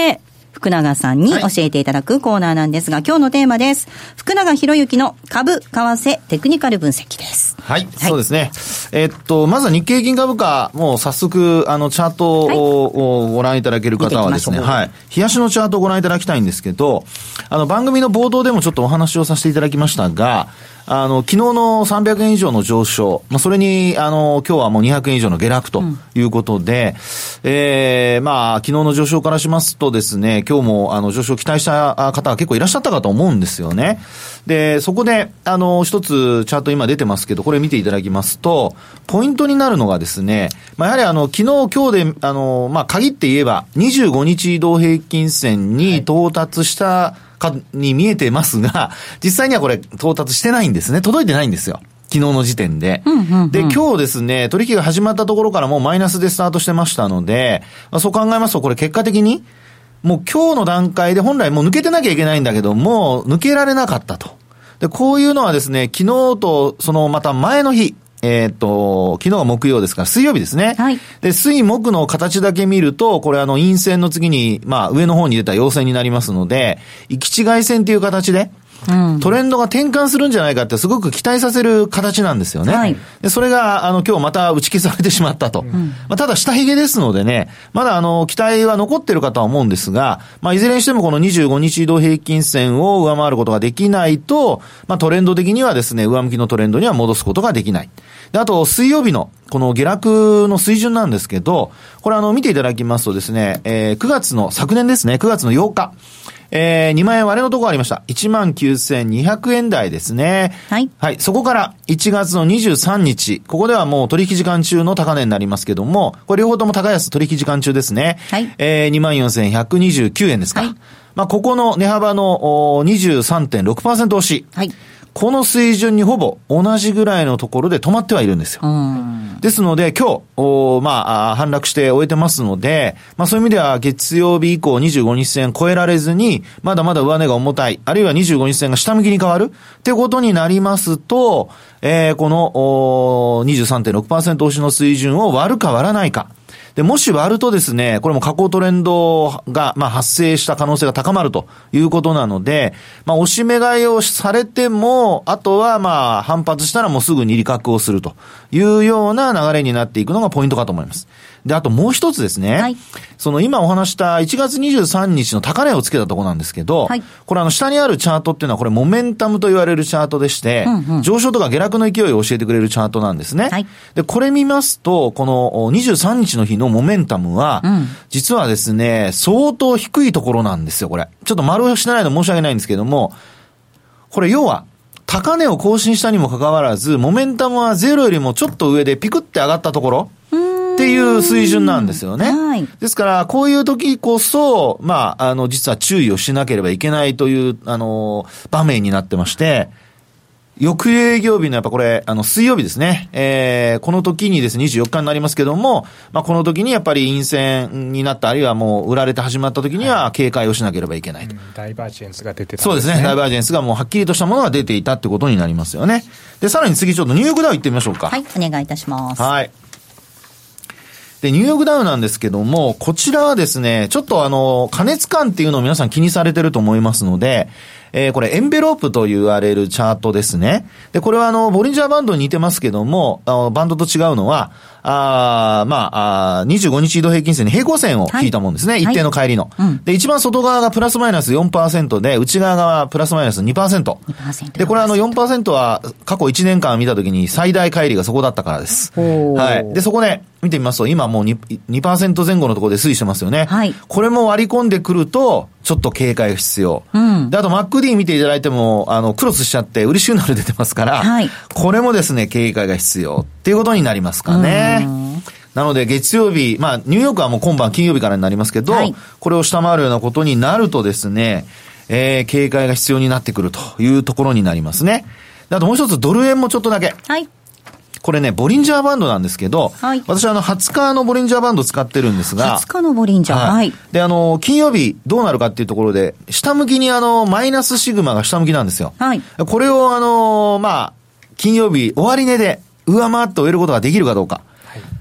福永さんに教えていただくコーナーなんですが、はい、今日のテーマです。福永博之の株、為替、テクニカル分析です。 はい、はい、そうですね。えー、っと、まずは日経平均株価、もう早速、あの、チャートを、はい、ご覧いただける方はですね、はい。冷やしのチャートをご覧いただきたいんですけど、あの、番組の冒頭でもちょっとお話をさせていただきましたが、あの、昨日のさんびゃくえん以上の上昇、まあ、それに、あの、今日はもうにひゃくえん以上の下落ということで、うん、えー、まあ、昨日の上昇からしますとですね、今日も、あの、上昇を期待した方が結構いらっしゃったかと思うんですよね。で、そこで、あの、一つ、チャート今出てますけど、これ見ていただきますと、ポイントになるのがですね、まあ、やはりあの、昨日、今日で、あの、まあ、限って言えば、にじゅうごにち移動平均線に到達した、はいかに見えてますが、実際にはこれ到達してないんですね。届いてないんですよ。昨日の時点で。うんうんうん、で、今日ですね、取引が始まったところからもうマイナスでスタートしてましたので、まあ、そう考えますとこれ結果的に、もう今日の段階で本来もう抜けてなきゃいけないんだけども、抜けられなかったと。で、こういうのはですね、昨日とそのまた前の日、えっと、昨日が木曜ですから、水曜日ですね。はい。で、水木の形だけ見ると、これあの、陰線の次に、まあ、上の方に出た陽線になりますので、行き違い線という形で、うん、トレンドが転換するんじゃないかってすごく期待させる形なんですよね。はい。で、それが、あの、今日また打ち消されてしまったと。うん、まあ、ただ、下髭ですのでね、まだあの、期待は残ってるかとは思うんですが、まあ、いずれにしてもこのにじゅうごにち移動平均線を上回ることができないと、まあ、トレンド的にはですね、上向きのトレンドには戻すことができない。で、あと、水曜日の、この下落の水準なんですけど、これあの、見ていただきますとですね、えー、くがつの、昨年ですね、くがつのようか、えー、にまんえん割れのところありました。いちまんきゅうせんにひゃくえん台ですね。はい。はい。そこからいちがつのにじゅうさんにち、ここではもう取引時間中の高値になりますけども、これ両方とも高安取引時間中ですね。はい。えー、にまんよんせんひゃくにじゅうきゅうえんですか。はい。まあ、ここの値幅の にじゅうさんてんろくパーセント 押し。はい。この水準にほぼ同じぐらいのところで止まってはいるんですよ。ですので今日、まあ、反落して終えてますので、まあそういう意味では月曜日以降にじゅうごにち線超えられずに、まだまだ上値が重たい、あるいはにじゅうごにち線が下向きに変わるってことになりますと、えー、この にじゅうさんてんろくパーセント 押しの水準を割るか割らないか。で、もし割るとですね、これも下降トレンドが、まあ、発生した可能性が高まるということなので、まあ、押し目買いをされても、あとはまあ、反発したらもうすぐに利確をするというような流れになっていくのがポイントかと思います。で、あともう一つですね、はい、その今お話したいちがつにじゅうさんにちの高値をつけたところなんですけど、はい、これあの下にあるチャートっていうのはこれモメンタムと言われるチャートでして、うんうん、上昇とか下落の勢いを教えてくれるチャートなんですね。はい、で、これ見ますと、このにじゅうさんにちの日のモメンタムは、うん、実はですね、相当低いところなんですよ、これ。ちょっと丸をしてないの申し訳ないんですけども、これ要は、高値を更新したにもかかわらず、モメンタムはゼロよりもちょっと上でピクって上がったところっていう水準なんですよね。はい、ですから、こういう時こそ、まあ、あの、実は注意をしなければいけないという、あの、場面になってまして、翌営業日のやっぱこれ、あの、水曜日ですね。えー、この時にですね、にじゅうよっかになりますけども、まあ、この時にやっぱり陰線になった、あるいはもう売られて始まった時には警戒をしなければいけないと。はい、 うん、ダイバージェンスが出てたんですね。 そうですね。ダイバージェンスがもうはっきりとしたものが出ていたってことになりますよね。で、さらに次ちょっとニューヨークダウ行ってみましょうか。 はい、お願いいたします。 はい。で、ニューヨークダウなんですけども、こちらはですね、ちょっとあの、過熱感っていうのを皆さん気にされてると思いますので、えー、これエンベロープと言われるチャートですね。で、これはあの、ボリンジャーバンドに似てますけども、あのバンドと違うのは、あまあ、あにじゅうごにち移動平均線に平行線を引いたもんですね。はい、一定の帰りの、はい、うん。で、一番外側がプラスマイナス よんパーセント で、内側がプラスマイナス にパーセント。にパーセント。で、これあの よんパーセント は過去いちねんかん見たときに最大帰りがそこだったからです。はい。で、そこで見てみますと、今もう に, にパーセント前後のところで推移してますよね。はい。これも割り込んでくると、ちょっと警戒が必要。うん。で、あと マックディー 見ていただいても、あの、クロスしちゃって売りシグナル出てますから、はい。これもですね、警戒が必要っていうことになりますかね。うん。なので月曜日、まあニューヨークはもう今晩金曜日からになりますけど、はい、これを下回るようなことになるとですね、えー、警戒が必要になってくるというところになりますね。で、あともう一つドル円もちょっとだけ。はい。これね、ボリンジャーバンドなんですけど、はい、私はあのはつかのボリンジャーバンド使ってるんですが、 はつかのボリンジャー、はい、はい。 で、あの、金曜日どうなるかっていうところで、下向きにあの、マイナスシグマが下向きなんですよ。はい。これをあの、まあ、金曜日終値で上回って終えることができるかどうか。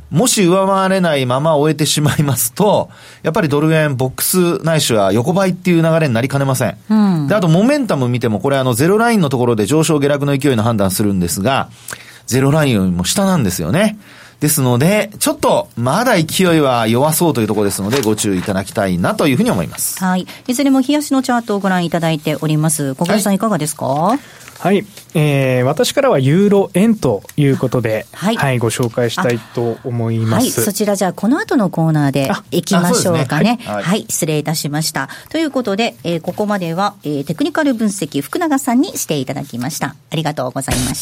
もし上回れないまま終えてしまいますと、やっぱりドル円ボックスないしは横ばいっていう流れになりかねません。うん、で、あとモメンタム見ても、これあのゼロラインのところで上昇下落の勢いの判断するんですが、ゼロラインよりも下なんですよね。ですので、ちょっとまだ勢いは弱そうというところですので、ご注意いただきたいなというふうに思います。 はい。いずれも日足のチャートをご覧いただいております。小暮さん、はい、いかがですか？ はい、えー、私からはユーロ円ということで、はい、はい、ご紹介したいと思います。はい、 そちらじゃあこの後のコーナーでいきましょうかね。はい、はい、失礼いたしました。ということで、えー、ここまでは、えー、テクニカル分析福永さんにしていただきました。ありがとうございました。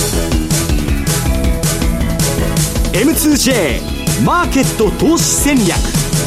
エムツージェー マーケット投資戦略。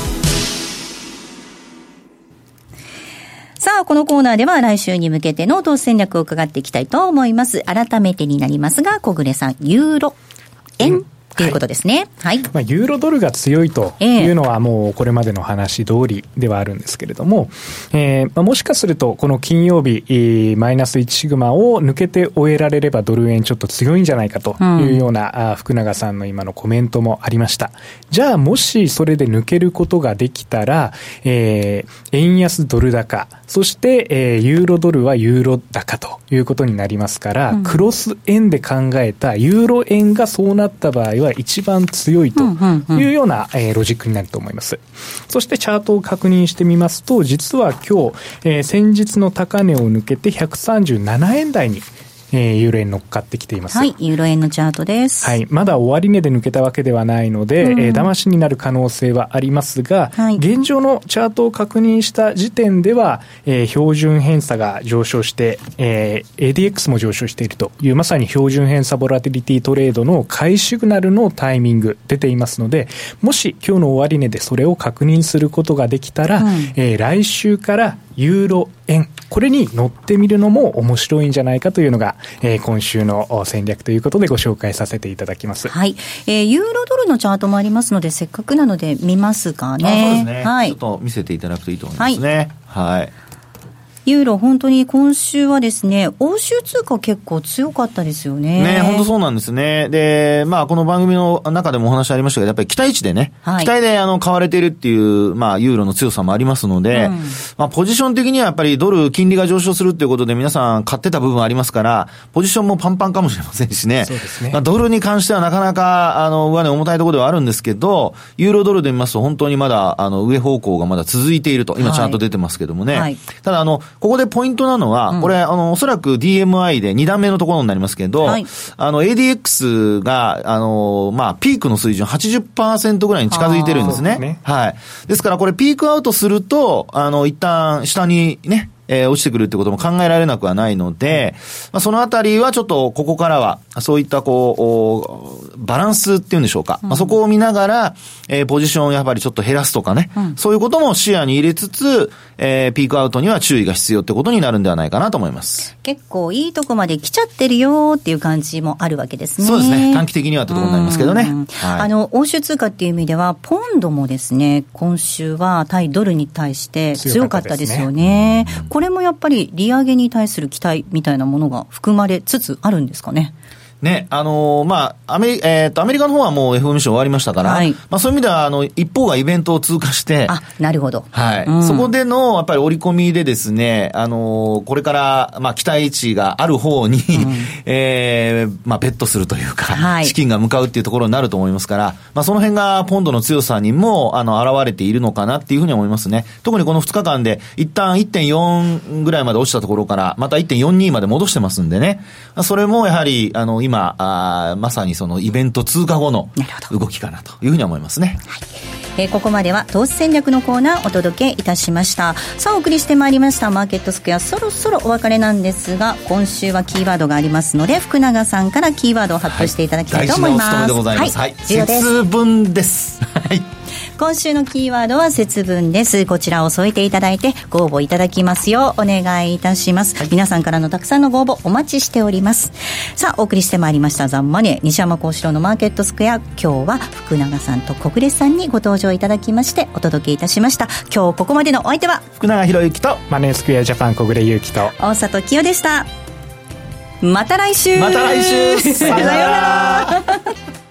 さあ、このコーナーでは来週に向けての投資戦略を伺っていきたいと思います。改めてになりますが、小暮さん、ユーロ円、うんということですね。はい。 まあ、ユーロドルが強いというのはもうこれまでの話通りではあるんですけれども、えーまあ、もしかするとこの金曜日、マイナスいちシグマを抜けて終えられればドル円ちょっと強いんじゃないかというような、うん、福永さんの今のコメントもありました。じゃあもしそれで抜けることができたら、えー、円安ドル高、そして、えー、ユーロドルはユーロ高ということになりますから、うん、クロス円で考えたユーロ円がそうなった場合は一番強いというような、えー、ロジックになると思います。そしてチャートを確認してみますと、実は今日、えー、先日の高値を抜けてひゃくさんじゅうななえん台にえー、ユーロ円乗っかってきています。 はい、ユーロ円のチャートです。 はい、まだ終値で抜けたわけではないので、うん、えー、騙しになる可能性はありますが、はい、現状のチャートを確認した時点では、えー、標準偏差が上昇して、えー、エーディーエックス も上昇しているというまさに標準偏差ボラティリティトレードの買いシグナルのタイミング出ていますので、もし今日の終値でそれを確認することができたら、うん、えー、来週からユーロ円、これに乗ってみるのも面白いんじゃないかというのが、えー、今週の戦略ということでご紹介させていただきます。 はい、えー、ユーロドルのチャートもありますので、せっかくなので見ますかね。 あ、そうですね、 はい、 ちょっと見せていただくといいと思いますね。はい、はい、 ユーロ本当に今週はですね、欧州通貨結構強かったですよね。 ね、本当そうなんですね。で、まあこの番組の中でもお話ありましたけど、やっぱり期待値でね、はい、期待であの買われているっていう、まあユーロの強さもありますので、うん、まあポジション的にはやっぱりドル金利が上昇するっていうことで皆さん買ってた部分ありますから、ポジションもパンパンかもしれませんしね。そうですね。まあドルに関してはなかなかあの上値重たいところではあるんですけど、ユーロドルで見ますと本当にまだあの上方向がまだ続いていると、今チャート出てますけどもね。はいはい、ただあのここでポイントなのは、うん、これあのおそらく ディーエムアイ でに段目のところになりますけど、はい、あの エーディーエックス があのまあピークの水準 はちじゅっパーセント ぐらいに近づいてるんですね。ですね。はい。ですからこれピークアウトするとあの一旦下にね。えー、落ちてくるってことも考えられなくはないので、まあ、そのあたりはちょっとここからはそういったこうバランスっていうんでしょうか、うん、まあ、そこを見ながら、えー、ポジションをやっぱりちょっと減らすとかね、うん、そういうことも視野に入れつつ、えー、ピークアウトには注意が必要ってことになるんではないかなと思います。 結構いいとこまで来ちゃってるよっていう感じもあるわけですね。 そうですね、短期的にはってところになりますけどね、 はい、あの欧州通貨っていう意味ではポンドもですね、今週は対ドルに対して強かったですよね。これもやっぱり利上げに対する期待みたいなものが含まれつつあるんですかね。 ね、あのー、まあ、アメリ、えー、と、アメリカの方はもう エフオーエムシー 終わりましたから、はい、まあそういう意味では、あの、一方がイベントを通過して、 あ、なるほど。 はい。うん、そこでの、やっぱり折り込みでですね、あのー、これから、まあ期待値がある方に、うん、えー、まあベットするというか、はい、資金が向かうっていうところになると思いますから、まあその辺がポンドの強さにも、あの、現れているのかなっていうふうに思いますね。特にこのふつかかんで、一旦 いってんよん ぐらいまで落ちたところから、また いってんよんに まで戻してますんでね、それもやはり、あの、今、あまさにそのイベント通過後の動きかなというふうに思いますね。 はい、えー、ここまでは投資戦略のコーナーお届けいたしました。さあお送りしてまいりましたマーケットスクエア、そろそろお別れなんですが、今週はキーワードがありますので、福永さんからキーワードを発表していただきたいと思います。 はい、大事なお務めでございます。はい、はい、節分です。はい、 今週のキーワードは節分です。こちらを添えていただいてご応募いただきますようお願いいたします。はい、皆さんからのたくさんのご応募お待ちしております。さあお送りしてまいりましたザンマネー西山幸四郎のマーケットスクエア、今日は福永さんと小暮さんにご登場いただきましてお届けいたしました。今日ここまでのお相手は福永博之とマネースクエアジャパン小暮優樹と大里清でした。また来週。 また来週。さよなら。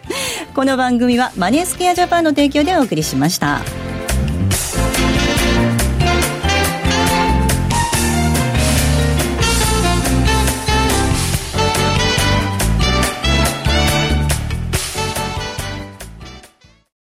この番組はマネースクエアジャパンの提供でお送りしました。